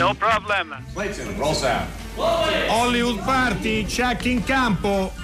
No problem. Clayton, roll sound. Hollywood Party, check in campo.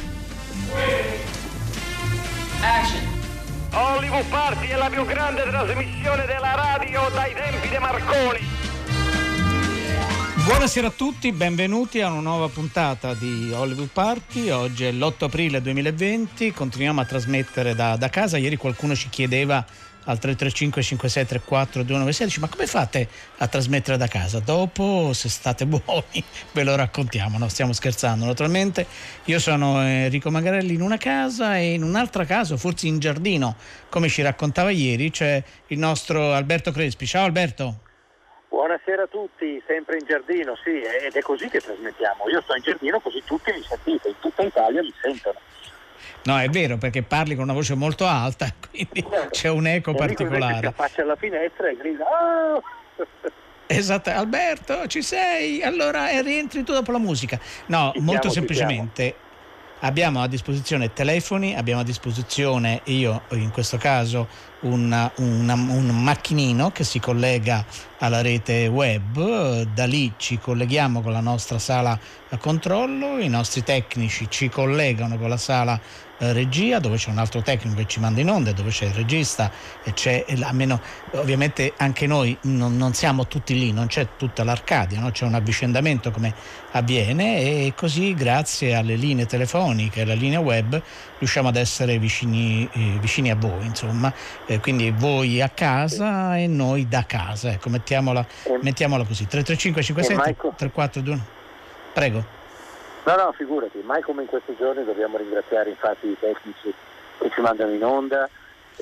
Action. Hollywood Party è la più grande trasmissione della radio dai tempi di Marconi. Buonasera a tutti, benvenuti a una nuova puntata di Hollywood Party. Oggi è l'8 aprile 2020, continuiamo a trasmettere da casa. Ieri qualcuno ci chiedeva al 335 5634 2916 ma come fate a trasmettere da casa? Dopo, se state buoni, ve lo raccontiamo. No, stiamo scherzando naturalmente. Io sono Enrico Magarelli in una casa e in un'altra casa, forse in giardino, come ci raccontava ieri, c'è il nostro Alberto Crespi. Ciao Alberto. Buonasera a tutti, sempre in giardino, sì, ed è così che trasmettiamo. Io sto in giardino così tutti mi sentite, in tutta Italia mi sentono. No, è vero, perché parli con una voce molto alta, quindi c'è un eco particolare. Si affaccia alla finestra e grida "Oh!". Esatto, Alberto, ci sei? Allora rientri tu dopo la musica. No, molto semplicemente abbiamo a disposizione telefoni, abbiamo a disposizione, io in questo caso, un macchinino che si collega alla rete web. Da lì ci colleghiamo con la nostra sala a controllo, i nostri tecnici ci collegano con la sala regia, dove c'è un altro tecnico che ci manda in onda, dove c'è il regista e c'è almeno, ovviamente anche noi non siamo tutti lì, non c'è tutta l'Arcadia, no? C'è un avvicendamento come avviene, e così grazie alle linee telefoniche e alla linea web riusciamo ad essere vicini a voi, insomma, quindi voi a casa e noi da casa, ecco, mettiamola così. 335 57 3421. Prego. No, figurati, mai come in questi giorni dobbiamo ringraziare infatti i tecnici che ci mandano in onda,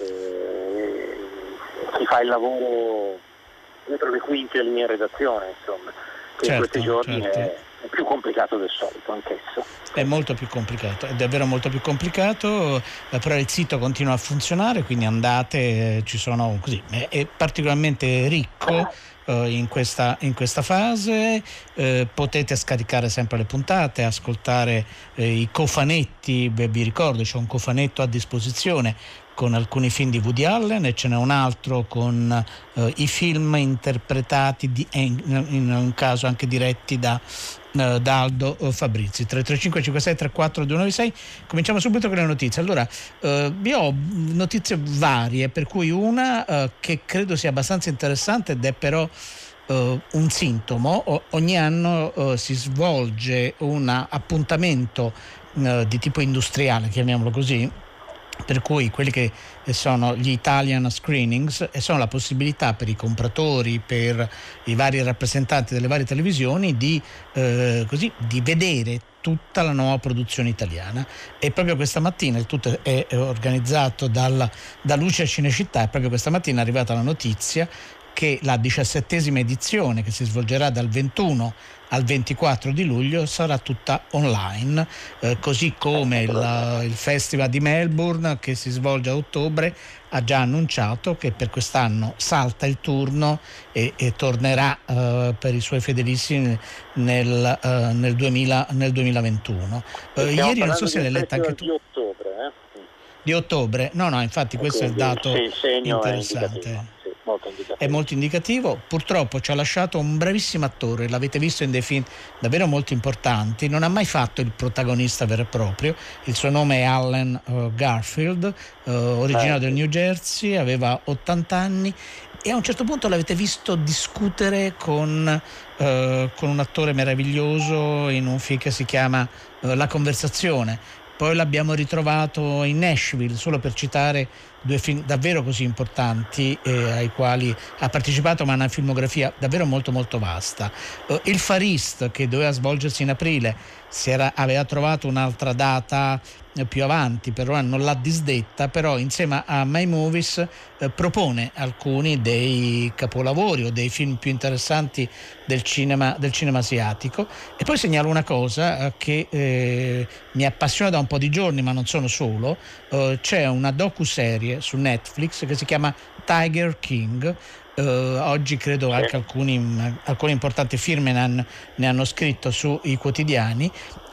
chi fa il lavoro dietro le quinte lì in redazione, insomma, che in questi giorni è più complicato del solito anch'esso. È molto più complicato, è davvero molto più complicato, però il sito continua a funzionare, quindi andate, ci sono così, è particolarmente ricco in questa fase. Potete scaricare sempre le puntate, ascoltare i cofanetti. Vi ricordo, c'è un cofanetto a disposizione con alcuni film di Woody Allen e ce n'è un altro con i film interpretati in un caso anche diretti da Aldo Fabrizi. 335 56 34 296. Cominciamo subito con le notizie. Allora, vi ho notizie varie, per cui una che credo sia abbastanza interessante ed è però un sintomo. Ogni anno si svolge un appuntamento di tipo industriale, chiamiamolo così, per cui quelli che sono gli Italian Screenings, e sono la possibilità per i compratori, per i vari rappresentanti delle varie televisioni di vedere tutta la nuova produzione italiana. E proprio questa mattina il tutto è organizzato da Luce Cinecittà, e proprio questa mattina è arrivata la notizia che la 17ª edizione, che si svolgerà dal 21 al 24 di luglio, sarà tutta online, così come il Festival di Melbourne, che si svolge a ottobre, ha già annunciato che per quest'anno salta il turno e tornerà per i suoi fedelissimi nel 2021. Ieri non so se l'hai letta anche tu. Di ottobre? No, infatti questo è il dato interessante. È molto indicativo. Purtroppo ci ha lasciato un bravissimo attore, l'avete visto in dei film davvero molto importanti. Non ha mai fatto il protagonista vero e proprio. Il suo nome è Allen Garfield, originario del New Jersey, aveva 80 anni e a un certo punto l'avete visto discutere con un attore meraviglioso in un film che si chiama La conversazione. Poi l'abbiamo ritrovato in Nashville, solo per citare due film davvero così importanti ai quali ha partecipato, ma ha una filmografia davvero molto molto vasta. Il Far East, che doveva svolgersi in aprile, aveva trovato un'altra data più avanti, per ora non l'ha disdetta, però insieme a My Movies propone alcuni dei capolavori o dei film più interessanti del cinema asiatico. E poi segnalo una cosa che mi appassiona da un po' di giorni, ma non sono solo. C'è una docuserie su Netflix che si chiama Tiger King. Oggi credo anche alcune importanti firme ne hanno scritto sui quotidiani.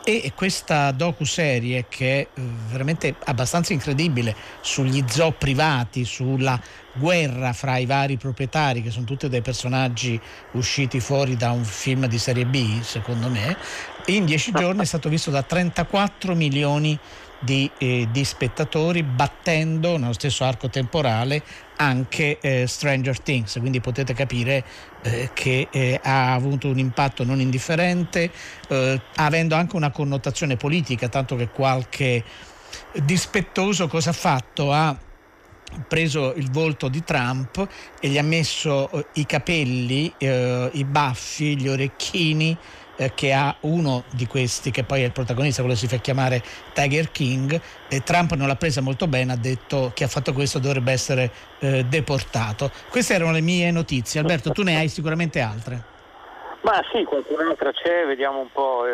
E questa docuserie, che è veramente abbastanza incredibile, sugli zoo privati, sulla guerra fra i vari proprietari, che sono tutti dei personaggi usciti fuori da un film di serie B, secondo me, in 10 giorni è stato visto da 34 milioni di spettatori, battendo nello stesso arco temporale anche Stranger Things, quindi potete capire che ha avuto un impatto non indifferente, avendo anche una connotazione politica, tanto che qualche dispettoso cosa ha fatto? Ha preso il volto di Trump e gli ha messo i capelli, i baffi, gli orecchini che ha uno di questi, che poi è il protagonista, quello che si fa chiamare Tiger King, e Trump non l'ha presa molto bene, ha detto che ha fatto questo dovrebbe essere deportato. Queste erano le mie notizie. Alberto, tu ne hai sicuramente altre. Ma sì, qualcun'altra c'è, vediamo un po'.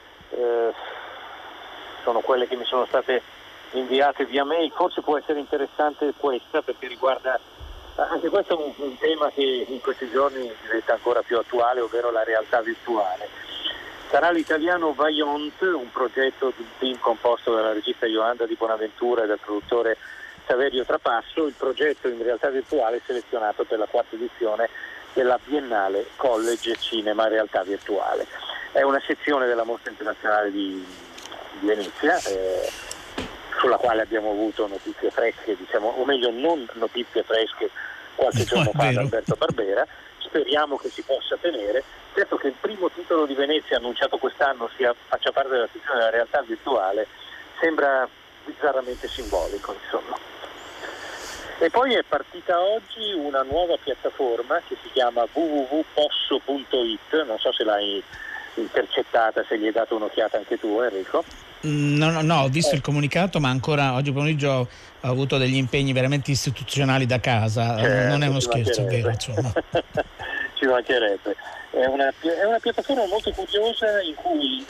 Sono quelle che mi sono state inviate via mail. Forse può essere interessante questa, perché riguarda anche questo è un tema che in questi giorni diventa ancora più attuale, ovvero la realtà virtuale. Sarà l'italiano Vaillant, un progetto di un team composto dalla regista Yolanda Di Bonaventura e dal produttore Saverio Trapasso. Il progetto in realtà virtuale è selezionato per la 4ª edizione della Biennale College Cinema Realtà Virtuale. È una sezione della Mostra Internazionale di Venezia, sulla quale abbiamo avuto notizie fresche, diciamo, o meglio non notizie fresche, qualche giorno fa da Alberto Barbera. Speriamo che si possa tenere. Certo che il primo titolo di Venezia annunciato quest'anno faccia parte della sezione della realtà virtuale sembra bizzarramente simbolico, insomma. E poi è partita oggi una nuova piattaforma che si chiama www.posso.it, non so se l'hai intercettata, se gli hai dato un'occhiata anche tu, Enrico. No, ho visto il comunicato, ma ancora oggi pomeriggio ho avuto degli impegni veramente istituzionali da casa. Non è uno scherzo, è vero, insomma. Ci mancherebbe. È una piattaforma molto curiosa in cui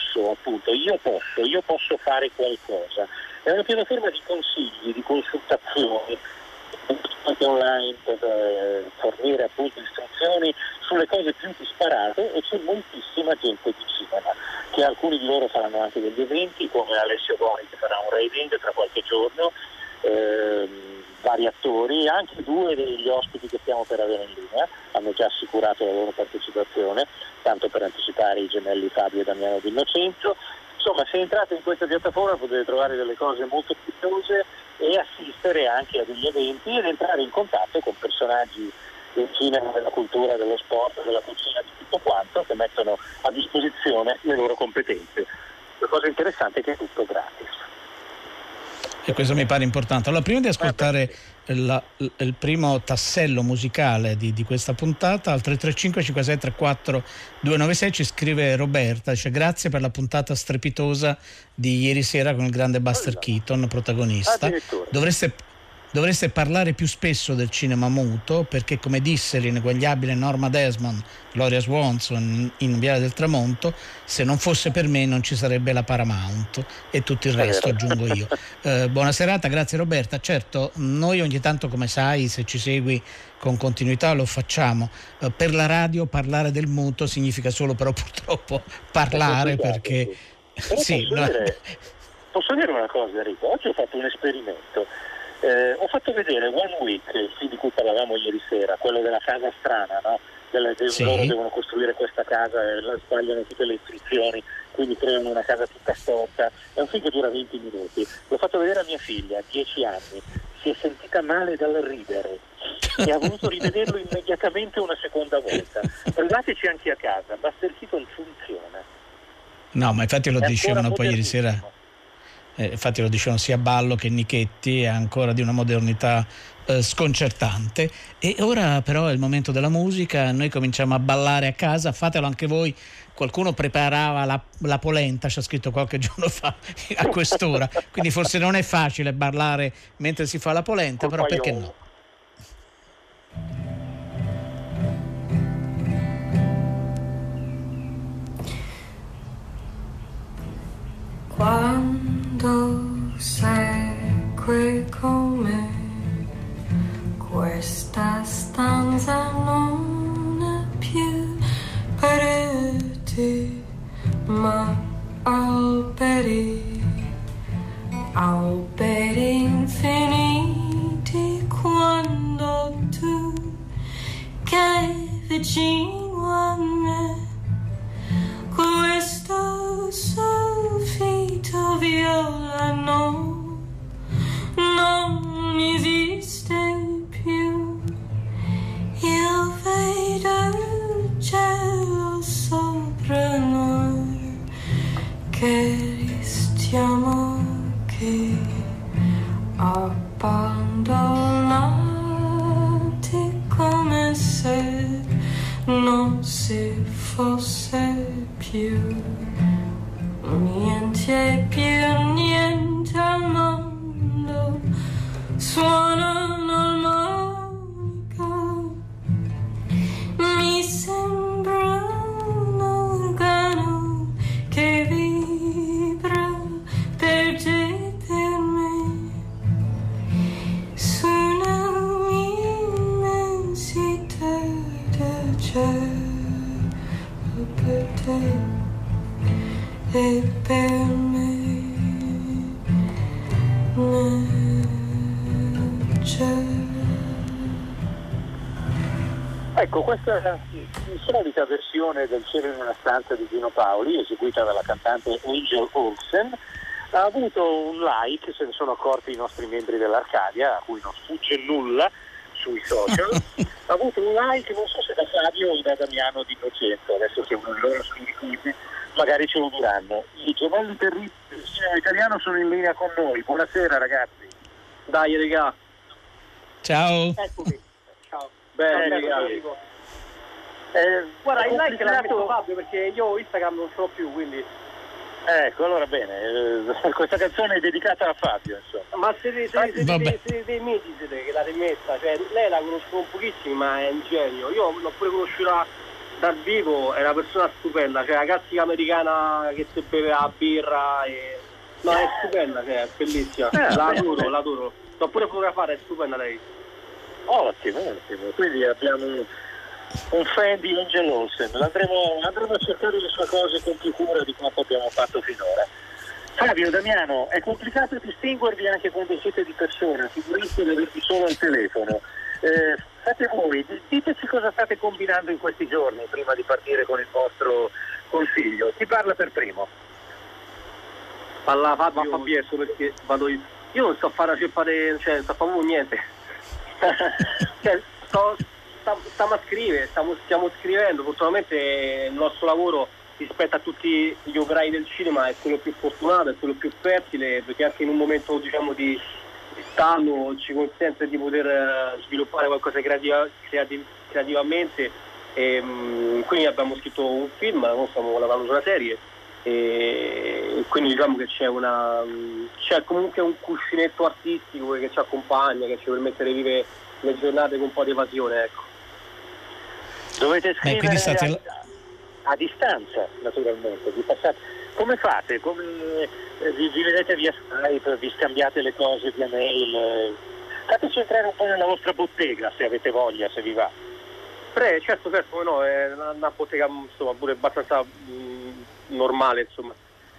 io posso fare qualcosa. È una piattaforma di consigli, di consultazioni anche online, per fornire appunto istruzioni sulle cose più disparate, e c'è moltissima gente di cinema, che alcuni di loro faranno anche degli eventi, come Alessio Boni che farà un reading tra qualche giorno, vari attori, anche 2 degli ospiti che stiamo per avere in linea hanno già assicurato la loro partecipazione, tanto per anticipare i gemelli Fabio e Damiano D'Innocenzo. Insomma, se entrate in questa piattaforma potete trovare delle cose molto curiose e assistere anche a degli eventi ed entrare in contatto con personaggi del cinema, della cultura, dello sport, della cucina, di tutto quanto, che mettono a disposizione le loro competenze. La cosa interessante è che è tutto gratis. E questo mi pare importante. Allora, prima di ascoltare il primo tassello musicale di questa puntata, al 335 5634 296 ci scrive Roberta, dice: grazie per la puntata strepitosa di ieri sera con il grande Buster Keaton protagonista. Dovreste parlare più spesso del cinema muto, perché, come disse l'ineguagliabile Norma Desmond, Gloria Swanson in Viale del Tramonto, se non fosse per me non ci sarebbe la Paramount, e tutto il resto aggiungo io. Buona serata, grazie Roberta. Certo, noi ogni tanto, come sai, se ci segui con continuità lo facciamo. Per la radio parlare del muto significa solo, però, purtroppo parlare, perché sì, posso dire una cosa, Enrico? Oggi ho fatto un esperimento. Ho fatto vedere One Week, il film di cui parlavamo ieri sera, quello della casa strana, no? Sì. Loro devono costruire questa casa e sbagliano tutte le istruzioni, quindi creano una casa tutta storta. È un film che dura 20 minuti. L'ho fatto vedere a mia figlia, 10 anni, si è sentita male dal ridere e ha voluto rivederlo immediatamente una seconda volta. Provateci anche a casa, Buster Keaton funziona. No, ma infatti lo dicevano poi ieri sera. Infatti lo dicevano sia Ballo che Nichetti, è ancora di una modernità sconcertante. E ora però è il momento della musica, noi cominciamo a ballare a casa, fatelo anche voi. Qualcuno preparava la polenta, ci ha scritto qualche giorno fa a quest'ora, quindi forse non è facile ballare mentre si fa la polenta, però perché no? Quando sei qui con me, questa stanza non è più per te, ma vicino a me. Questo soffitto viola non esiste più. Io vedo il cielo sopra noi, che restiamo qui abbandonati come se non si fosse più niente al mondo, suonano l'armonica, mi sembra un organo che vibra per te, per me, su un'immensità del cielo per te e per me. Ecco, questa è la solita versione del Cielo in una stanza di Gino Paoli, eseguita dalla cantante Angel Olsen. Ha avuto un like, se ne sono accorti i nostri membri dell'Arcadia, a cui non sfugge nulla sui social. Ha avuto un like, non so se da Fabio o da Damiano Di Innocenzo, adesso che uno di loro sono ricordi, magari ce lo diranno. I gemelli terribili del cinema italiano sono in linea con noi. Buonasera ragazzi. Dai regà. Ciao. Eccomi. Ciao. Bene, guarda, il like l'ha messo Fabio perché io Instagram non ce l'ho più, quindi. Ecco, allora bene, questa canzone è dedicata a Fabio, insomma. Ma siete dei miti che l'ha rimessa, cioè lei la conosco un pochissimo, ma è un genio. Io l'ho pure conosciuta dal vivo, è una persona stupenda, cioè la classica americana che si beve la birra e... No, è stupenda, cioè, è bellissima. L'adoro. L'ho pure fotografata, è stupenda lei. Ottimo. Quindi abbiamo un fan di Angel Olsen. Andremo a cercare le sue cose con più cura di quanto abbiamo fatto finora. Fabio, Damiano, è complicato distinguervi anche quando siete di persona, figurati di avervi solo al telefono. Fate voi, diteci cosa state combinando in questi giorni prima di partire con il vostro consiglio. Chi parla per primo? Parla Fabio perché vado io. Io non sto a fare cioè non sto a fare niente. Cioè, stiamo a scrivere, stiamo scrivendo. Fortunatamente il nostro lavoro rispetto a tutti gli operai del cinema è quello più fortunato, è quello più fertile, perché anche in un momento diciamo di stallo ci consente di poter sviluppare qualcosa creativamente. E, quindi abbiamo scritto un film, noi stiamo lavorando su una serie e quindi diciamo che c'è comunque un cuscinetto artistico che ci accompagna, che ci permette di vivere le giornate con un po' di evasione, ecco. Dovete scrivere a distanza, naturalmente, di passare. Come fate? Vi vedete via Skype, vi scambiate le cose via mail? Fateci entrare un po' nella vostra bottega, se avete voglia, se vi va. Certo, no, è una bottega insomma pure abbastanza normale, insomma.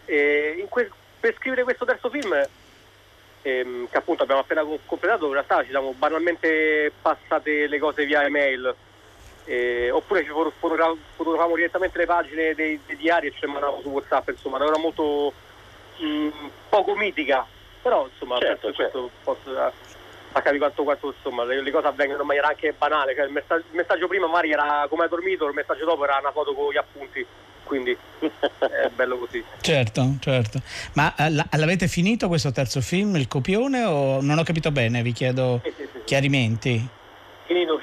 Per scrivere questo terzo film, che appunto abbiamo appena completato, in realtà ci siamo banalmente passate le cose via email, oppure ci fotografavamo direttamente le pagine dei diari e ci mandavamo su WhatsApp, insomma, era molto poco mitica, però insomma certo. Questo a capire quanto insomma le cose avvengono in maniera anche banale, cioè, il messaggio prima magari era come hai dormito, il messaggio dopo era una foto con gli appunti, quindi è bello così. Certo. Ma l'avete finito questo terzo film, il copione, o non ho capito bene? Vi chiedo sì. Chiarimenti. Finito,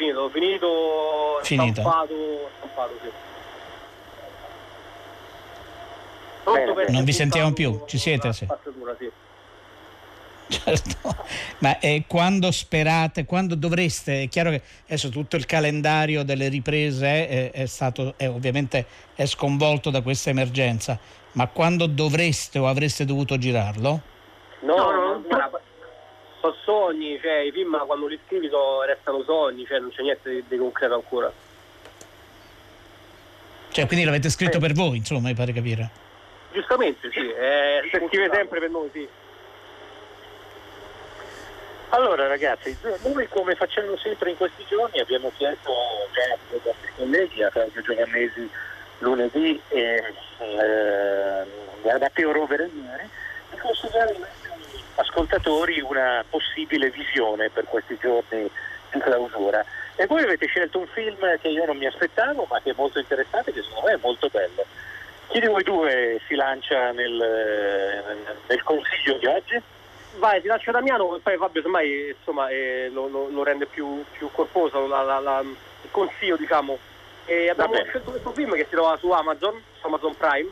stampato, sì. Non vi sentiamo più, ci siete? Sì. Certo, ma quando sperate, quando dovreste, è chiaro che adesso tutto il calendario delle riprese è ovviamente è sconvolto da questa emergenza, ma quando dovreste o avreste dovuto girarlo? No, sono sogni, cioè i film quando li scrivi restano sogni, cioè non c'è niente di concreto ancora. Cioè quindi l'avete scritto per voi, insomma, mi pare capire. Giustamente, sì, si scrive sempre per noi, sì. Allora ragazzi, noi come facciamo sempre in questi giorni abbiamo chiesto già ai nostri colleghi, a Claudio Giovannesi lunedì e a Matteo Rovere ieri, di consigliare ai nostri ascoltatori una possibile visione per questi giorni di clausura. E voi avete scelto un film che io non mi aspettavo, ma che è molto interessante, che secondo me è molto bello. Chi di voi due si lancia nel consiglio di oggi? Vai, ti lascio Damiano e poi Fabio semmai insomma lo rende più corposo il consiglio, diciamo. E abbiamo scelto questo film che si trova su Amazon Prime,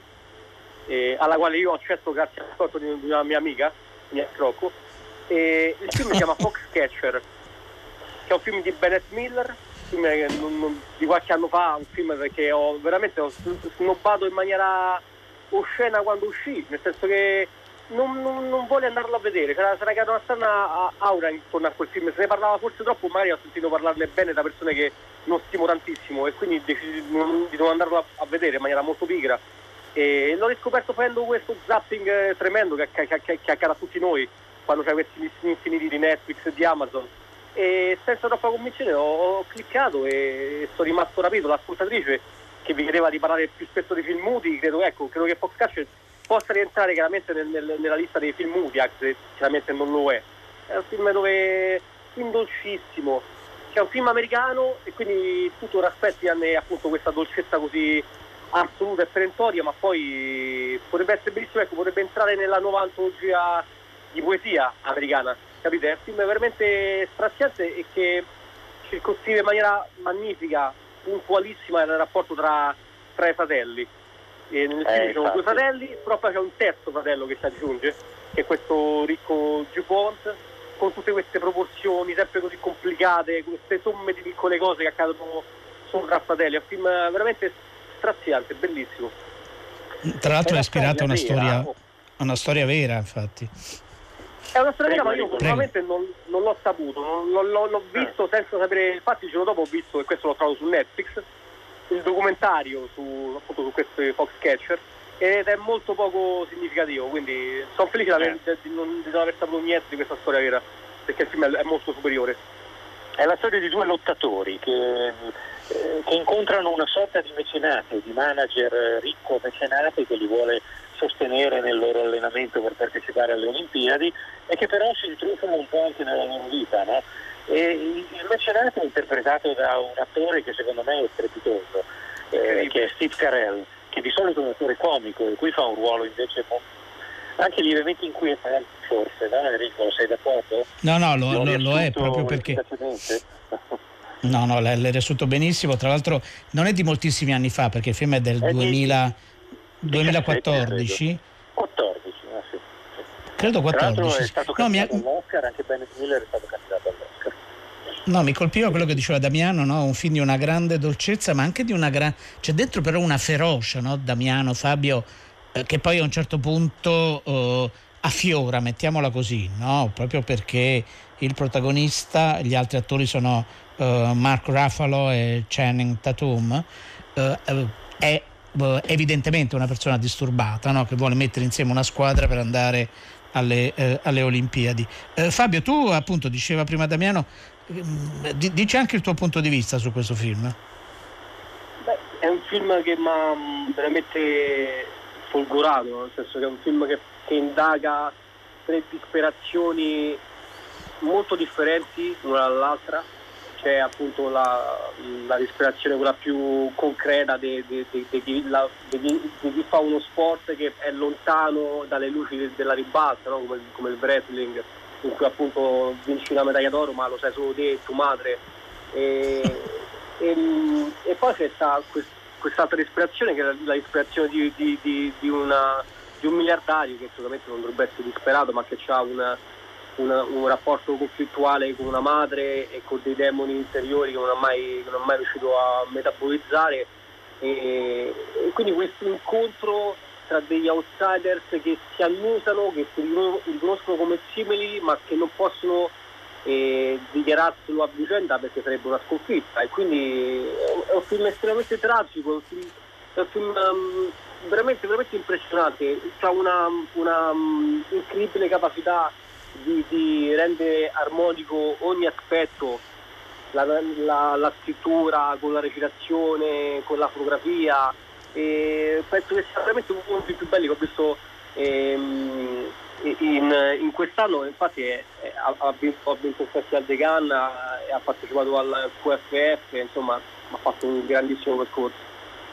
alla quale io ho accesso grazie all'ascolto di una mia amica, mia Crocco. E il film si chiama Foxcatcher, che è un film di Bennett Miller, un film di qualche anno fa, un film che ho snobbato in maniera oscena quando uscì, nel senso che non voglio andarlo a vedere, c'era creata una strana aura intorno a quel film, se ne parlava forse troppo, magari ho sentito parlarne bene da persone che non stimo tantissimo e quindi decisi di non andarlo a vedere in maniera molto pigra, e l'ho riscoperto facendo questo zapping tremendo che accade a tutti noi quando c'è questi infiniti di Netflix e di Amazon, e senza troppa convinzione ho cliccato e sono rimasto rapito. L'ascoltatrice che vi chiedeva di parlare più spesso di film muti, credo che Foxcatcher possa rientrare chiaramente nella lista dei film muti, anche se chiaramente non lo è. È un film dolcissimo, che è un film americano e quindi tu raspetti appunto questa dolcezza così assoluta e perentoria, ma poi potrebbe essere bellissimo, potrebbe entrare nella nuova antologia di poesia americana, capite? È un film veramente straziante e che circoscrive in maniera magnifica, puntualissima, il rapporto tra i fratelli. E nel film ci sono due fratelli, però poi c'è un terzo fratello che si aggiunge, che è questo ricco DuPont, con tutte queste proporzioni sempre così complicate, queste somme di piccole cose che accadono solo tra fratelli. È un film veramente straziante, bellissimo. Tra l'altro è ispirato a una storia vera, infatti. È una storia vera, ma io personalmente non l'ho saputo, non l'ho visto senza sapere. Infatti il giorno dopo ho visto, e questo l'ho trovato su Netflix, il documentario su questo Foxcatcher, ed è molto poco significativo, quindi sono felice di non aver saputo niente di questa storia vera, perché il film è molto superiore. È la storia di due lottatori che incontrano una sorta di mecenate, di manager ricco mecenate che li vuole sostenere nel loro allenamento per partecipare alle Olimpiadi, e che però si intrufano un po' anche nella loro vita, no? E il mecenate è interpretato da un attore che secondo me è strepitoso, che è Steve Carell, che di solito è un attore comico e qui fa un ruolo invece anche lievemente inquietante, forse, no Enrico? Sei d'accordo? No, lo è proprio perché... No, l'hai riassunto benissimo. Tra l'altro non è di moltissimi anni fa, perché il film è del 2014. 14, sì. Credo 14. Tra l'altro è stato candidato all'Oscar, anche Bennett Miller è stato candidato all'Oscar. No, mi colpiva quello che diceva Damiano, no? Un film di una grande dolcezza, ma anche di una c'è dentro però una ferocia, no? Damiano, Fabio, che poi a un certo punto affiora, mettiamola così, no? Proprio perché il protagonista, gli altri attori sono Mark Ruffalo e Channing Tatum, è evidentemente una persona disturbata, no? Che vuole mettere insieme una squadra per andare alle Olimpiadi. Fabio, tu appunto diceva prima Damiano, dici anche il tuo punto di vista su questo film. Beh, è un film che mi ha veramente folgorato, nel senso che è un film che indaga tre disperazioni molto differenti l'una dall'altra. C'è appunto la disperazione quella più concreta di chi fa uno sport che è lontano dalle luci della ribalta, no? come il wrestling, in cui appunto vinci una medaglia d'oro ma lo sai solo te e tua madre, e poi c'è quest'altra disperazione che è la disperazione di un miliardario che assolutamente non dovrebbe essere disperato, ma che ha un rapporto conflittuale con una madre e con dei demoni interiori che non è mai riuscito a metabolizzare, e quindi questo incontro tra degli outsiders che si annusano, che si riconoscono come simili ma che non possono dichiararselo a vicenda perché sarebbe una sconfitta, e quindi è un film estremamente tragico, è un film veramente veramente impressionante. C'ha una incredibile capacità rende armonico ogni aspetto, la scrittura con la recitazione, con la fotografia, e penso che sia veramente uno dei più belli che ho visto in quest'anno. Infatti ha vinto il Festival de Cannes, ha partecipato al QFF, insomma ha fatto un grandissimo percorso.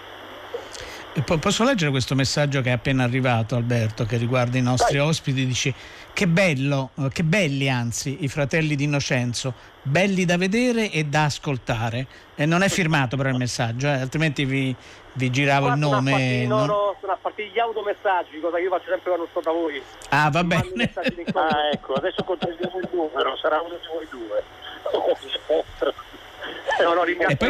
Posso leggere questo messaggio che è appena arrivato, Alberto, che riguarda i nostri ospiti? Dice: che bello, che belli anzi i fratelli di Innocenzo, belli da vedere e da ascoltare. E non è firmato però il messaggio, altrimenti vi giravo il nome. No, sono a partire gli automessaggi, cosa che io faccio sempre quando sto da voi. Ah, va bene. Ecco, adesso controlliamo il numero, sarà uno di voi due. E poi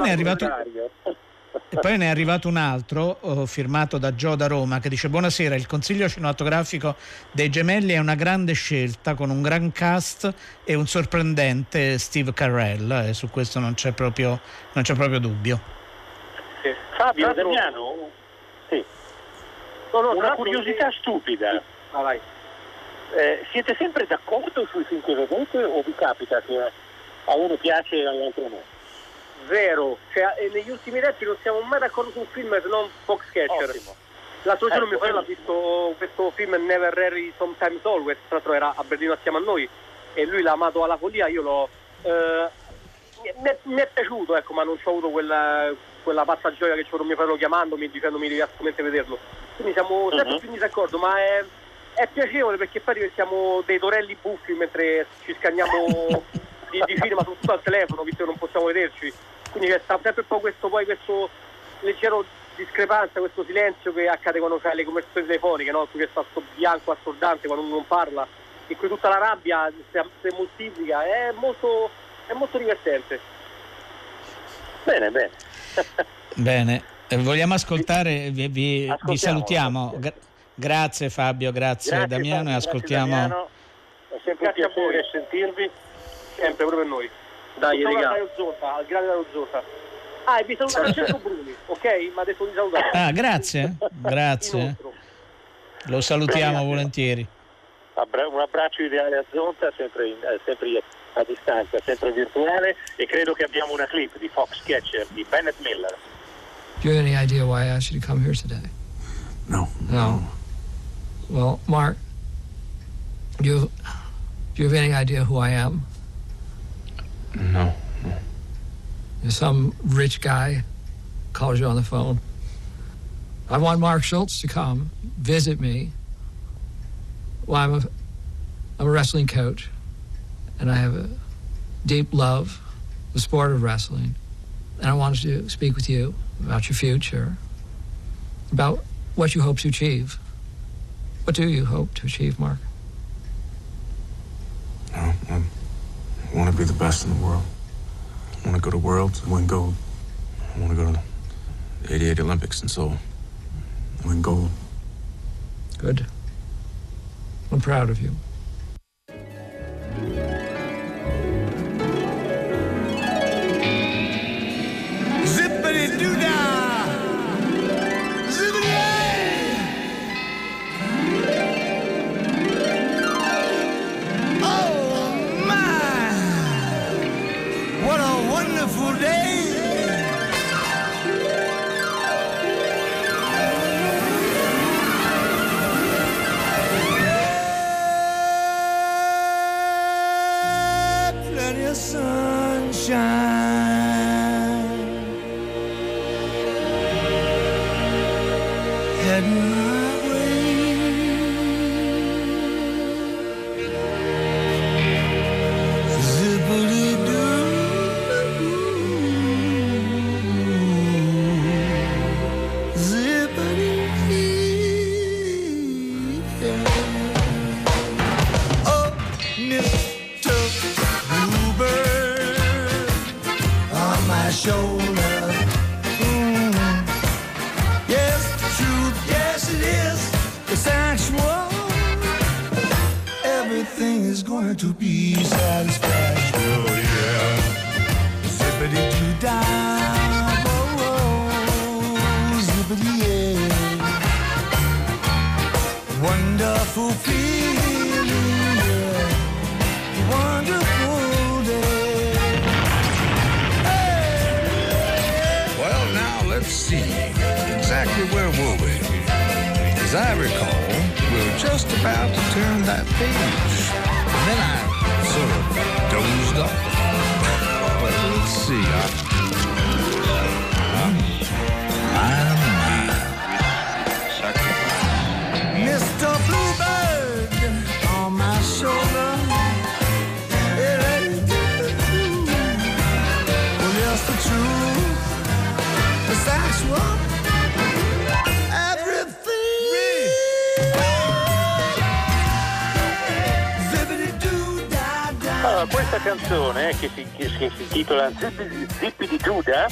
ne è arrivato un altro firmato da Gio da Roma, che dice: buonasera, il consiglio cinematografico dei Gemelli è una grande scelta con un gran cast e un sorprendente Steve Carell, e su questo non c'è proprio dubbio. Fabio, Damiano? Sì. Una curiosità stupida. Vai. Siete sempre d'accordo sui film che vedete o vi capita che a uno piace e all'altro no? Zero, cioè negli ultimi tempi non siamo mai d'accordo su un film se non Foxcatcher. Ottimo. L'altro giorno mio fratello ha visto questo film Never Harry Sometimes Always, tra l'altro era a Berlino assieme a noi e lui l'ha amato alla follia. Io l'ho mi è piaciuto, ecco, ma non ho avuto quella pazza gioia che c'era mio fratello chiamandomi dicendomi devi assolutamente vederlo. Quindi siamo sempre più in disaccordo, ma è piacevole perché poi diventiamo dei torelli buffi mentre ci scagniamo di cinema, soprattutto al telefono, visto che non possiamo vederci. Quindi c'è sempre un po' questo leggero discrepanza, questo silenzio che accade quando fai le conversazioni telefoniche, no? Qui che sta sto bianco assordante quando uno non parla, e qui tutta la rabbia si moltiplica, è molto divertente. Bene. Bene, vogliamo ascoltare, vi salutiamo. Grazie Fabio, grazie Damiano, Fabio, e ascoltiamo. Grazie, Damiano. È sempre un piacere sentirvi. Sempre, proprio per noi. Dai, al grande Dario Zotta. E vi saluta Francesco Bruni, ok? Mi ha detto di salutare. Grazie. Lo salutiamo volentieri. Un abbraccio ideale a Zonta, sempre a distanza, sempre virtuale, e credo che abbiamo una clip di Foxcatcher di Bennett Miller. Do you have any idea why I asked you to come here today? No. Well, Mark, do you have any idea who I am? No. Some rich guy calls you on the phone. I want Mark Schultz to come visit me. Well, I'm a wrestling coach, and I have a deep love for the sport of wrestling. And I wanted to speak with you about your future, about what you hope to achieve. What do you hope to achieve, Mark? I want to be the best in the world. I want to go to Worlds and win gold. I want to go to the 88 Olympics in Seoul and win gold. Good. I'm proud of you. Zippity-doo-dah! Zippity-yay! Oh, my! What a wonderful day! Plenty of sunshine. Heading my way. Zippity-doo. Zippity-dee. Oh, Mr. Bluebird on my shoulder. Yes, truth, yes it is. It's actual. Everything is going to be satisfaction. Oh yeah. Zippity-doo-dah. Oh, oh, zippity-yeah. Wonderful feeling, yeah. see. Exactly where were we? As I recall, we were just about to turn that page. And then I sort of dozed off. Well, let's see. Mr. Bluebird on my shoulder. Well, yes, the truth is that's what everything. Allora, questa canzone che si intitola Zippity Duda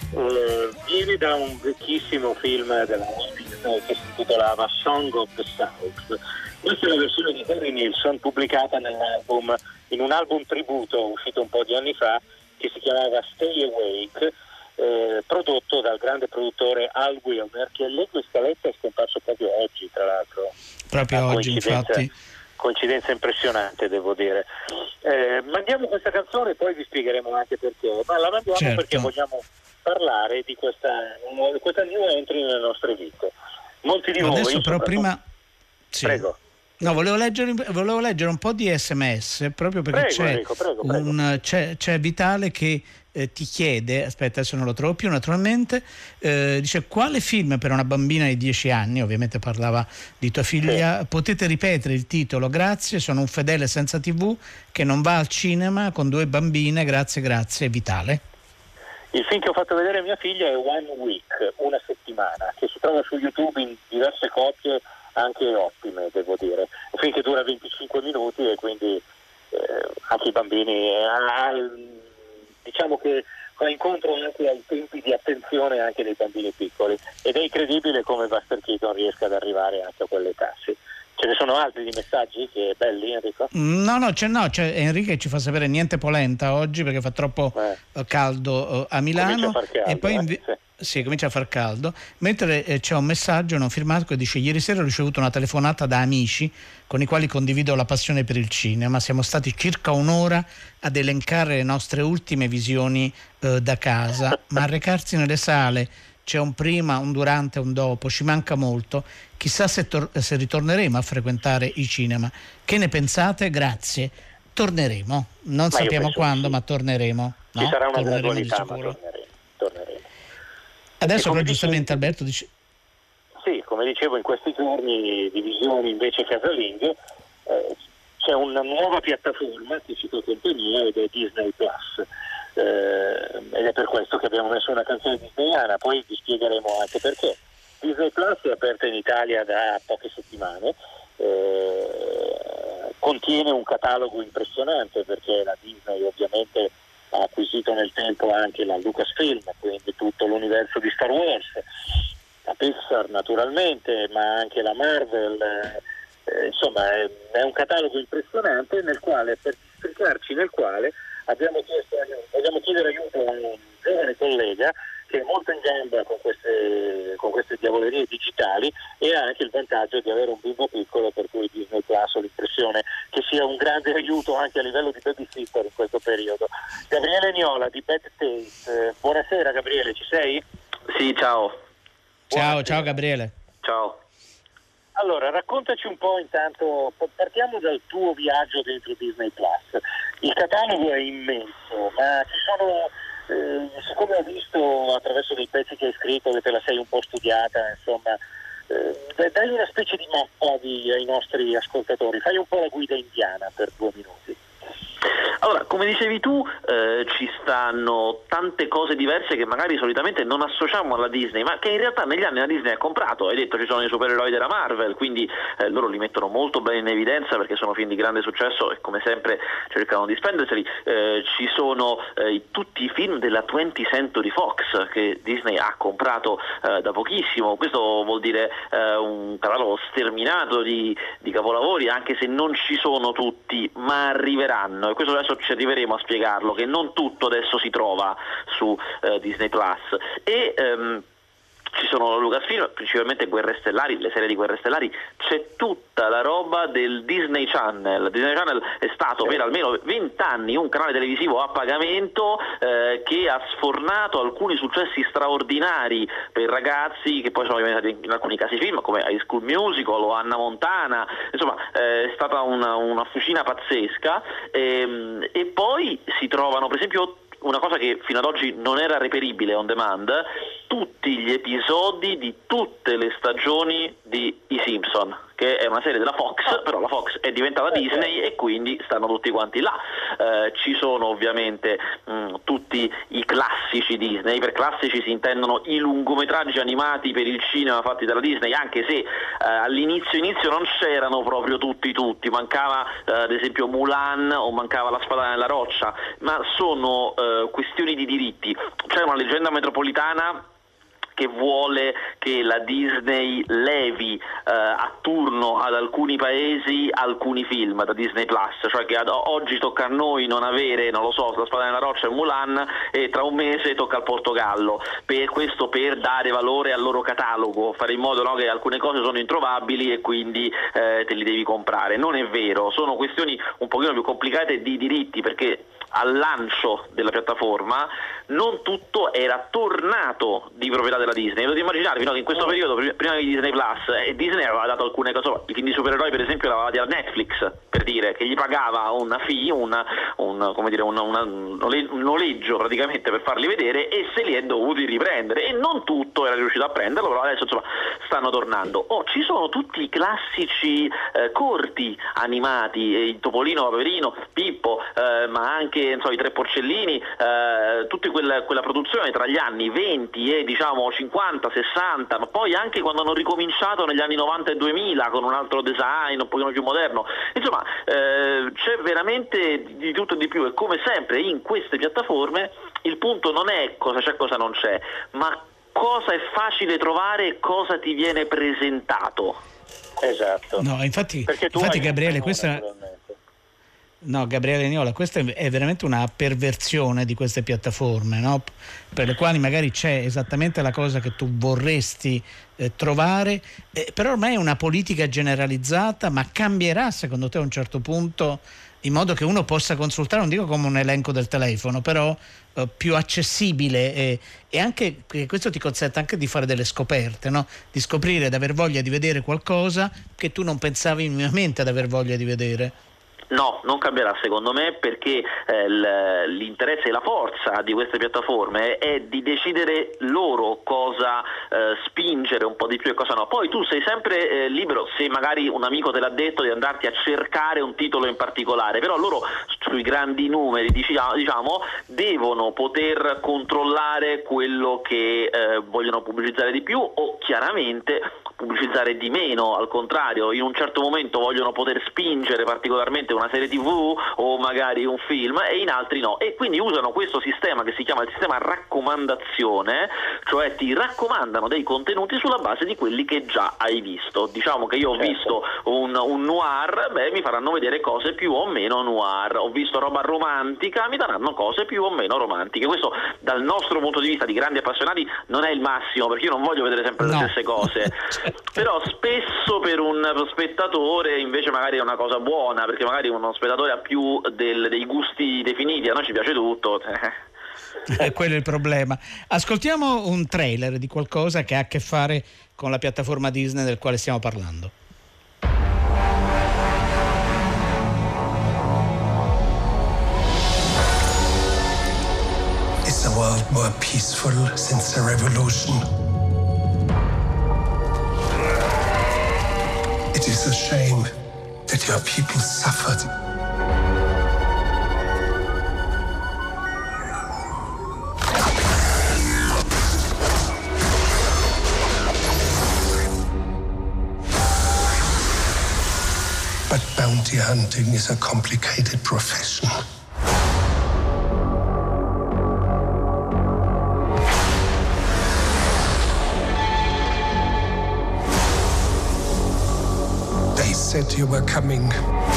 viene da un vecchissimo film della Disney che si intitolava Song of the South. Questa è la versione di Harry Nilsson pubblicata in un album tributo uscito un po' di anni fa che si chiamava Stay Awake, prodotto dal grande produttore Al Wilner, che leggo in scaletta è scomparso proprio oggi, tra l'altro. Proprio oggi, infatti. Coincidenza impressionante, devo dire. Mandiamo questa canzone e poi vi spiegheremo anche perché, ma la mandiamo perché vogliamo parlare di questa new entry nelle nostre vite. Molti di voi. Adesso però prima. Sì. Prego. No, volevo leggere un po' di SMS proprio perché prego. C'è Vitale che ti chiede, aspetta adesso non lo trovo più naturalmente, dice: quale film per una bambina di 10 anni, ovviamente parlava di tua figlia, potete ripetere il titolo? Grazie, sono un fedele senza TV che non va al cinema con 2 bambine, grazie Vitale. Il film che ho fatto vedere a mia figlia è One Week, una settimana, che si trova su YouTube in diverse copie anche ottime, devo dire. Un film che dura 25 minuti e quindi anche i bambini diciamo che va incontro anche ai tempi di attenzione anche dei bambini piccoli, ed è incredibile come Buster Keaton riesca ad arrivare anche a quell'età. Ce ne sono altri di messaggi che belli, Enrico? No, c'è Enrico ci fa sapere niente polenta oggi perché fa troppo caldo a Milano. Comincia a far caldo, e poi sì, comincia a far caldo, mentre c'è un messaggio non firmato che dice: ieri sera ho ricevuto una telefonata da amici con i quali condivido la passione per il cinema, siamo stati circa un'ora ad elencare le nostre ultime visioni da casa, ma a recarsi nelle sale c'è un prima, un durante, un dopo, ci manca molto, chissà se ritorneremo a frequentare i cinema. Che ne pensate? Grazie, torneremo, non sappiamo quando, ma torneremo. Ci sarà una gradualità, ma torneremo. Adesso però giustamente Alberto dice... Sì, come dicevo, in questi giorni di visioni invece casalinghe c'è una nuova piattaforma che ci fa compagnia ed è Disney Plus. Ed è per questo che abbiamo messo una canzone disneyana, poi vi spiegheremo anche perché. Disney Plus è aperta in Italia da poche settimane, contiene un catalogo impressionante perché la Disney ovviamente ha acquisito nel tempo anche la Lucasfilm, quindi tutto l'universo di Star Wars, la Pixar naturalmente, ma anche la Marvel, insomma è un catalogo impressionante nel quale, per spiegarci nel quale vogliamo chiedere aiuto a un giovane collega che è molto in gamba con queste diavolerie digitali e ha anche il vantaggio di avere un bimbo piccolo, per cui Disney Plus ho l'impressione che sia un grande aiuto anche a livello di babysitter in questo periodo. Gabriele Niola di Bad Taste, buonasera Gabriele, ci sei? Sì, ciao. Ciao Gabriele. Ciao. Allora, raccontaci un po' intanto, partiamo dal tuo viaggio dentro Disney Plus. Il catalogo è immenso, ma ci sono, siccome ho visto attraverso dei pezzi che hai scritto che te la sei un po' studiata, insomma, dai una specie di mappa ai nostri ascoltatori, fai un po' la guida indiana per 2 minuti. Allora, come dicevi tu, ci stanno tante cose diverse che magari solitamente non associamo alla Disney, ma che in realtà negli anni la Disney ha comprato. Hai detto ci sono i supereroi della Marvel, quindi loro li mettono molto bene in evidenza perché sono film di grande successo e come sempre cercano di spenderseli. Ci sono tutti i film della 20th Century Fox che Disney ha comprato da pochissimo. Questo vuol dire un catalogo sterminato di capolavori, anche se non ci sono tutti, ma arriveranno. E questo adesso ci arriveremo a spiegarlo, che non tutto adesso si trova su Disney Plus. E ci sono Lucasfilm, principalmente Guerre Stellari, le serie di Guerre Stellari, c'è tutta la roba del Disney Channel. Disney Channel è stato per almeno 20 anni un canale televisivo a pagamento che ha sfornato alcuni successi straordinari per ragazzi che poi sono diventati in alcuni casi film come High School Musical o Hannah Montana, insomma è stata una fucina pazzesca, e poi si trovano per esempio una cosa che fino ad oggi non era reperibile on demand, tutti gli episodi di tutte le stagioni di I Simpson, che è una serie della Fox, però la Fox è diventata Disney e quindi stanno tutti quanti là. Ci sono ovviamente tutti i classici Disney, per classici si intendono i lungometraggi animati per il cinema fatti dalla Disney, anche se all'inizio non c'erano proprio tutti, mancava ad esempio Mulan o mancava La Spada nella roccia, ma sono questioni di diritti. C'è una leggenda metropolitana che vuole che la Disney levi a turno ad alcuni paesi alcuni film da Disney Plus, cioè che oggi tocca a noi non avere, non lo so, La Spada nella roccia e Mulan, e tra un mese tocca al Portogallo, per dare valore al loro catalogo, fare in modo, no, che alcune cose sono introvabili e quindi te li devi comprare. Non è vero, sono questioni un pochino più complicate di diritti, perché al lancio della piattaforma non tutto era tornato di proprietà della Disney. Potete immaginarvi, no, che in questo periodo, prima di Disney Plus, Disney aveva dato alcune cose, i film di supereroi per esempio l'aveva dati a Netflix, per dire, che gli pagava una fee, un noleggio praticamente per farli vedere, e se li è dovuti riprendere, e non tutto era riuscito a prenderlo, però adesso insomma stanno tornando. Ci sono tutti i classici corti animati, il Topolino, Paperino, Pippo, ma anche i Tre Porcellini, tutta quella produzione tra gli anni 20 e diciamo 50, 60, ma poi anche quando hanno ricominciato negli anni 90 e 2000 con un altro design un pochino più moderno. Insomma, c'è veramente di tutto e di più, e come sempre in queste piattaforme il punto non è cosa c'è, cosa non c'è, ma cosa è facile trovare e cosa ti viene presentato. Esatto. No, infatti Gabriele, questa... No, Gabriele Niola, questa è veramente una perversione di queste piattaforme, no? Per le quali magari c'è esattamente la cosa che tu vorresti trovare, però ormai è una politica generalizzata, ma cambierà secondo te a un certo punto, in modo che uno possa consultare, non dico come un elenco del telefono, però più accessibile, e anche questo ti consente anche di fare delle scoperte, no? Di scoprire, di aver voglia di vedere qualcosa che tu non pensavi minimamente ad aver voglia di vedere. No, non cambierà secondo me, perché l'interesse e la forza di queste piattaforme è di decidere loro cosa spingere un po' di più e cosa no. Poi tu sei sempre libero, se magari un amico te l'ha detto, di andarti a cercare un titolo in particolare, però loro sui grandi numeri diciamo devono poter controllare quello che vogliono pubblicizzare di più, o chiaramente pubblicizzare di meno. Al contrario, in un certo momento vogliono poter spingere particolarmente una serie TV o magari un film, e in altri no, e quindi usano questo sistema che si chiama il sistema raccomandazione, cioè ti raccomandano dei contenuti sulla base di quelli che già hai visto. Diciamo che io ho visto un noir, mi faranno vedere cose più o meno noir. Ho visto roba romantica, mi daranno cose più o meno romantiche. Questo dal nostro punto di vista di grandi appassionati non è il massimo, perché io non voglio vedere sempre le stesse cose. Però spesso per un spettatore invece magari è una cosa buona, perché magari uno spettatore ha più dei gusti definiti, a noi ci piace tutto. Quello è il problema. Ascoltiamo un trailer di qualcosa che ha a che fare con la piattaforma Disney del quale stiamo parlando. Is the world more peaceful since the revolution? It is a shame that your people suffered. But bounty hunting is a complicated profession. They said you were coming.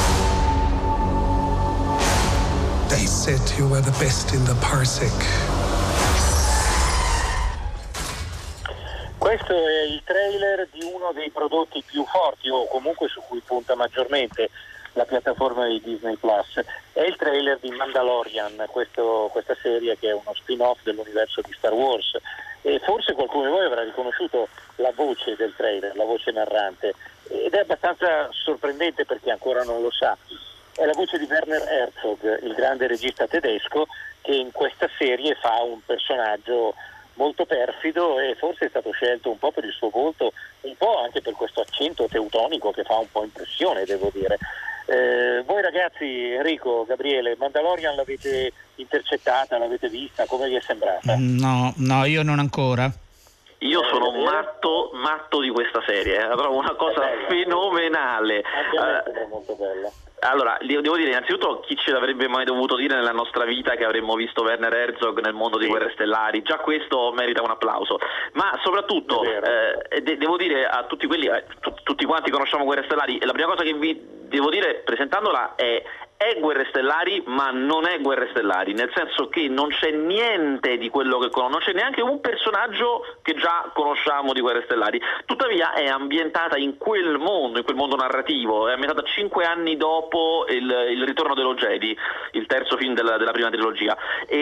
They said you were the best in the parsec. Questo è il trailer di uno dei prodotti più forti, o comunque su cui punta maggiormente la piattaforma di Disney Plus. È il trailer di Mandalorian, questa serie che è uno spin-off dell'universo di Star Wars, e forse qualcuno di voi avrà riconosciuto la voce del trailer, la voce narrante, ed è abbastanza sorprendente per chi ancora non lo sa. È la voce di Werner Herzog, il grande regista tedesco, che in questa serie fa un personaggio molto perfido, e forse è stato scelto un po' per il suo volto, un po' anche per questo accento teutonico che fa un po' impressione, devo dire. Voi ragazzi, Enrico, Gabriele, Mandalorian l'avete intercettata, l'avete vista, come vi è sembrata? No, io non ancora. Io sono matto di questa serie, la trovo una cosa fenomenale. Anche a me sembra molto bella. Allora, devo dire innanzitutto, chi ce l'avrebbe mai dovuto dire nella nostra vita che avremmo visto Werner Herzog nel mondo di Guerre Stellari? Già questo merita un applauso, ma soprattutto devo dire a tutti quelli, tutti quanti conosciamo Guerre Stellari, e la prima cosa che vi devo dire presentandola è Guerre Stellari, ma non è Guerre Stellari, nel senso che non c'è niente di quello che non c'è neanche un personaggio che già conosciamo di Guerre Stellari, tuttavia è ambientata in quel mondo narrativo, è ambientata 5 anni dopo il ritorno dello Jedi, il terzo film della prima trilogia,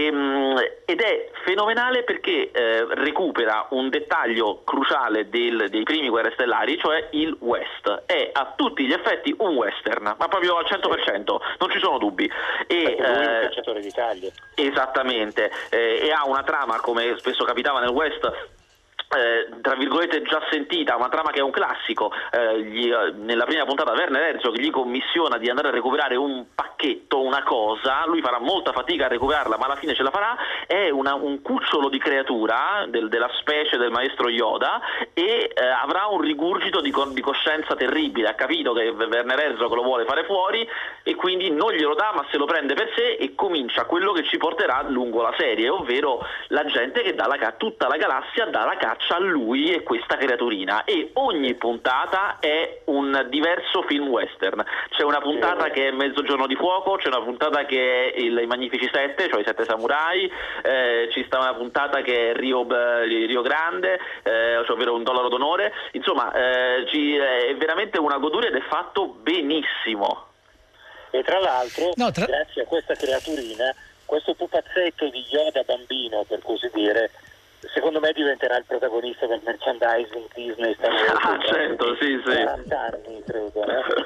ed è fenomenale perché recupera un dettaglio cruciale dei primi Guerre Stellari, cioè il West. È a tutti gli effetti un western, ma proprio al 100%, non ci sono dubbi. E lui è un cacciatore di taglie. Esattamente, e ha una trama, come spesso capitava nel West, tra virgolette già sentita, una trama che è un classico. Nella prima puntata Werner Herzog gli commissiona di andare a recuperare un pacchetto, una cosa, lui farà molta fatica a recuperarla, ma alla fine ce la farà. È un cucciolo di creatura della specie del maestro Yoda, e avrà un rigurgito di coscienza terribile. Ha capito che Werner Herzog lo vuole fare fuori e quindi non glielo dà, ma se lo prende per sé, e comincia quello che ci porterà lungo la serie, ovvero la gente che tutta la galassia dà la caccia a lui e questa creaturina, e ogni puntata è un diverso film western. C'è una puntata che è Mezzogiorno di fuoco, c'è una puntata che è i Magnifici Sette, cioè i Sette Samurai, ci sta una puntata che è Rio Grande, cioè ovvero $1 d'onore. Insomma, è veramente una goduria ed è fatto benissimo. E tra l'altro, grazie a questa creaturina, questo pupazzetto di Yoda bambino, per così dire, secondo me diventerà il protagonista del merchandising Disney Star Wars. Certo, sì. 40 anni, credo.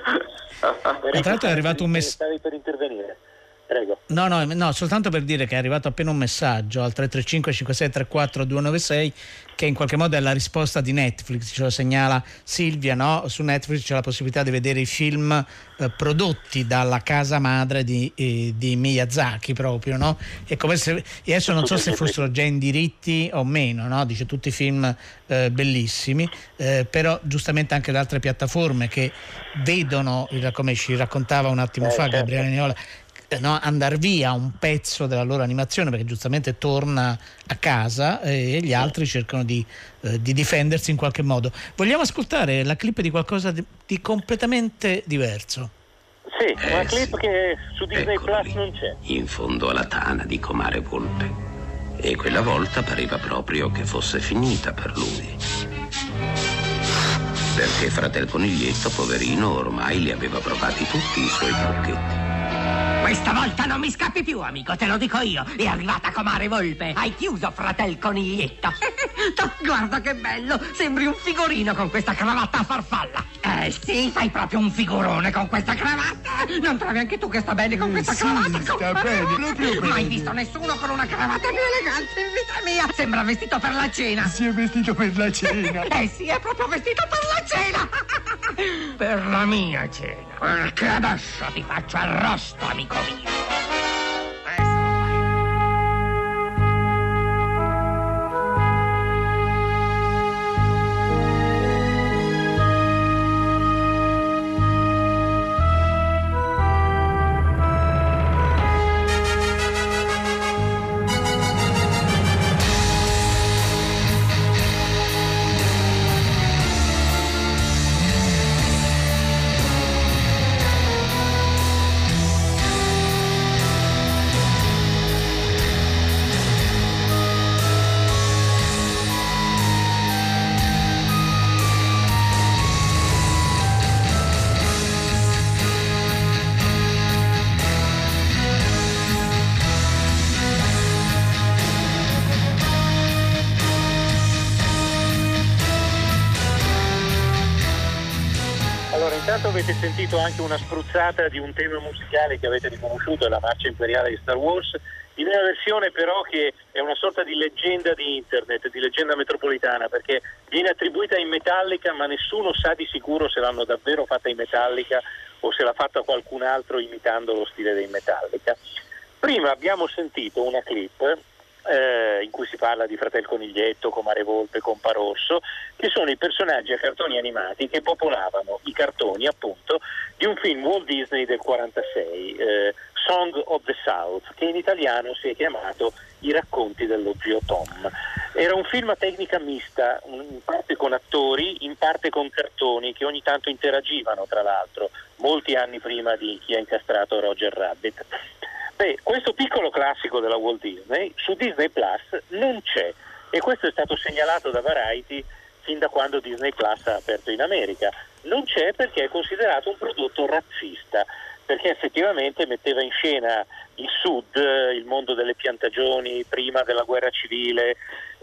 Tra l'altro è arrivato un messaggio. Stavi per intervenire? Prego. No, soltanto per dire che è arrivato appena un messaggio al 335 5634 296 che in qualche modo è la risposta di Netflix, ce lo segnala Silvia, no? Su Netflix c'è la possibilità di vedere i film prodotti dalla casa madre di Miyazaki proprio, no? È come se, adesso non so se fossero già in diritti o meno, no? Dice tutti film bellissimi, però giustamente anche da altre piattaforme che vedono, come ci raccontava un attimo fa Gabriele Niola, andar via un pezzo della loro animazione perché giustamente torna a casa, e gli altri cercano di difendersi in qualche modo. Vogliamo ascoltare la clip di qualcosa di completamente diverso? Sì, una clip che su Disney Plus non c'è. In fondo alla tana di comare Volpe, e quella volta pareva proprio che fosse finita per lui, perché Fratel Coniglietto, poverino, ormai li aveva provati tutti i suoi trucchetti. Questa volta non mi scappi più, amico, te lo dico io. È arrivata Comare Volpe. Hai chiuso, Fratel Coniglietto. Guarda che bello. Sembri un figurino con questa cravatta a farfalla. Sì, fai proprio un figurone con questa cravatta. Non trovi anche tu che sta bene con questa cravatta? Sta bene, proprio bene. Mai visto nessuno con una cravatta più elegante in vita mia. Sembra vestito per la cena. Si è vestito per la cena. Sì, è proprio vestito per la cena. Per la mia cena. Perché adesso ti faccio arrosto, amico mio. intanto avete sentito anche una spruzzata di un tema musicale che avete riconosciuto, è la marcia imperiale di Star Wars, in una versione però che è una sorta di leggenda di internet, di leggenda metropolitana, perché viene attribuita in Metallica, ma nessuno sa di sicuro se l'hanno davvero fatta in Metallica o se l'ha fatta qualcun altro imitando lo stile dei Metallica. Prima abbiamo sentito una clip in cui si parla di Fratel Coniglietto, Comare Volpe, Comparosso, che sono i personaggi a cartoni animati che popolavano i cartoni appunto di un film Walt Disney del 46, Song of the South, che in italiano si è chiamato I racconti dello zio Tom. Era un film a tecnica mista, in parte con attori, in parte con cartoni che ogni tanto interagivano, tra l'altro, molti anni prima di Chi ha incastrato Roger Rabbit. Beh, questo piccolo classico della Walt Disney su Disney Plus non c'è, e questo è stato segnalato da Variety fin da quando Disney Plus ha aperto in America. Non c'è perché è considerato un prodotto razzista, perché effettivamente metteva in scena il Sud, il mondo delle piantagioni prima della guerra civile,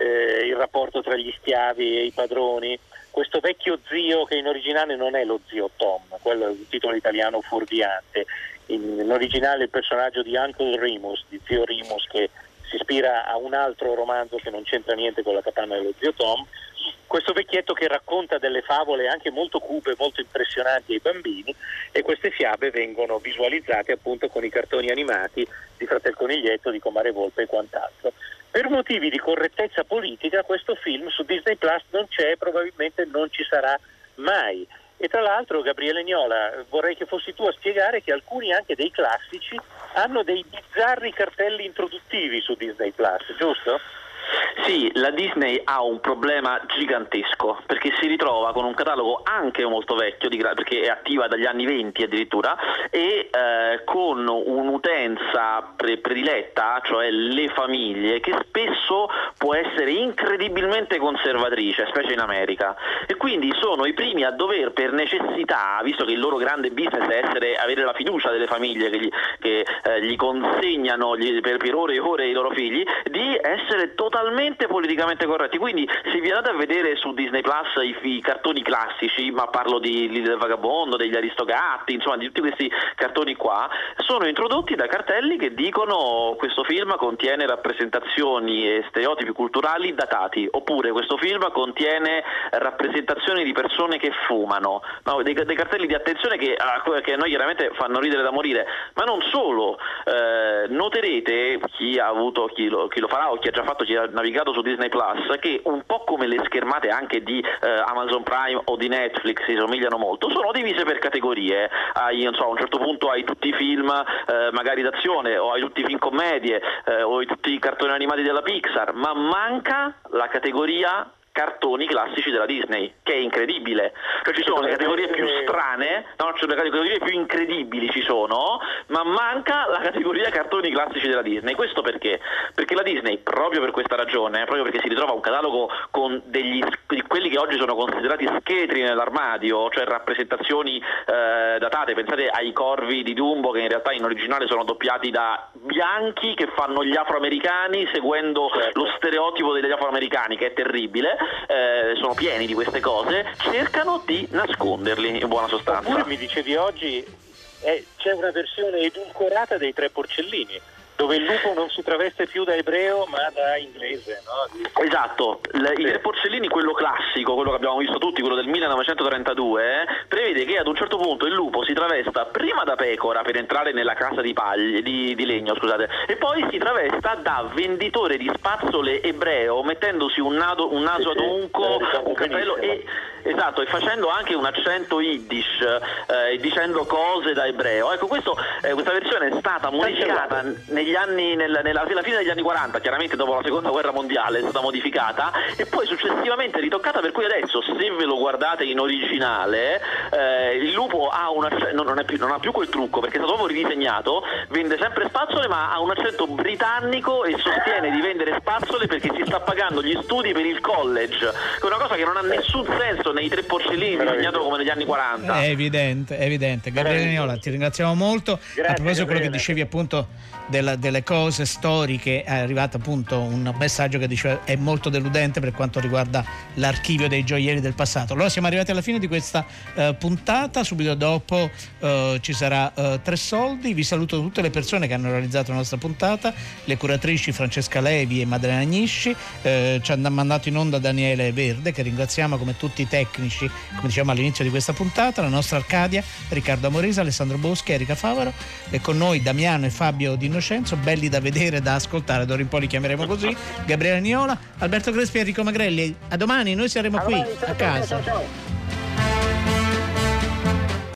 il rapporto tra gli schiavi e i padroni, questo vecchio zio che in originale non è lo zio Tom, quello è un titolo italiano fuorviante. In originale il personaggio di Uncle Remus, di zio Remus, che si ispira a un altro romanzo che non c'entra niente con la capanna dello zio Tom, questo vecchietto che racconta delle favole anche molto cupe, molto impressionanti ai bambini, e queste fiabe vengono visualizzate appunto con i cartoni animati di Fratel Coniglietto, di Comare Volpe e quant'altro. Per motivi di correttezza politica questo film su Disney Plus non c'è, probabilmente non ci sarà mai. E tra l'altro, Gabriele Niola, vorrei che fossi tu a spiegare che alcuni anche dei classici hanno dei bizzarri cartelli introduttivi su Disney Plus, giusto? Sì, la Disney ha un problema gigantesco perché si ritrova con un catalogo anche molto vecchio, perché è attiva dagli anni 20 addirittura, e con un'utenza prediletta, cioè le famiglie, che spesso può essere incredibilmente conservatrice, specie in America, e quindi sono i primi a dover, per necessità, visto che il loro grande business è avere la fiducia delle famiglie che gli consegnano per ore e ore i loro figli, di essere totalmente politicamente corretti. Quindi se vi andate a vedere su Disney Plus i cartoni classici, ma parlo di Lili del Vagabondo, degli Aristogatti, insomma di tutti questi cartoni qua, sono introdotti da cartelli che dicono questo film contiene rappresentazioni e stereotipi culturali datati, oppure questo film contiene rappresentazioni di persone che fumano, no? dei cartelli di attenzione che a noi chiaramente fanno ridere da morire. Ma non solo, noterete, chi lo farà o chi ha già fatto, chi ha navigato su Disney Plus, che un po' come le schermate anche di Amazon Prime o di Netflix si somigliano molto, sono divise per categorie. Hai, non so, a un certo punto hai tutti i film magari d'azione, o hai tutti i film commedie, o hai tutti i cartoni animati della Pixar, ma manca la categoria cartoni classici della Disney, che è incredibile. Cioè ci sono le categorie più strane, no? Cioè le categorie più incredibili ci sono, ma manca la categoria cartoni classici della Disney. Questo perché? Perché la Disney, proprio per questa ragione, proprio perché si ritrova un catalogo con di quelli che oggi sono considerati scheletri nell'armadio, cioè rappresentazioni datate. Pensate ai corvi di Dumbo, che in realtà in originale sono doppiati da bianchi che fanno gli afroamericani, seguendo lo stereotipo degli afroamericani, che è terribile. Sono pieni di queste cose, cercano di nasconderli, in buona sostanza. Oppure mi dicevi oggi c'è una versione edulcorata dei Tre Porcellini, dove il lupo non si traveste più da ebreo ma da inglese, no? Esatto, i Tre Porcellini, quello classico, quello che abbiamo visto tutti, quello del 1932, prevede che ad un certo punto il lupo si travesta prima da pecora per entrare nella casa di legno, scusate, e poi si travesta da venditore di spazzole ebreo, mettendosi un naso adunco, un cappello e facendo anche un accento yiddish, dicendo cose da ebreo. Ecco, questa versione è stata modificata nella fine degli anni 40, chiaramente dopo la seconda guerra mondiale è stata modificata e poi successivamente ritoccata, per cui adesso se ve lo guardate in originale il lupo non ha più quel trucco, perché è stato proprio ridisegnato, vende sempre spazzole ma ha un accento britannico e sostiene di vendere spazzole perché si sta pagando gli studi per il college, che è una cosa che non ha nessun senso nei Tre Porcellini disegnato come negli anni 40. È evidente. Gabriele Niola, ti ringraziamo molto. Grazie, a proposito di quello che dicevi appunto della delle cose storiche è arrivato appunto un messaggio che dice è molto deludente per quanto riguarda l'archivio dei gioielli del passato. Allora siamo arrivati alla fine di questa puntata, subito dopo ci sarà Tre Soldi. Vi saluto tutte le persone che hanno realizzato la nostra puntata, le curatrici Francesca Levi e Maddalena Agnisci, ci hanno mandato in onda Daniele Verde, che ringraziamo, come tutti i tecnici, come diciamo all'inizio di questa puntata, la nostra Arcadia, Riccardo Amorisa, Alessandro Boschi, Erika Favaro, e con noi Damiano e Fabio D'Innocenzo, belli da vedere e da ascoltare, d'ora in poi li chiameremo così, Gabriele Niola, Alberto Crespi e Enrico Magrelli. A domani, noi saremo qui a casa. Ciao.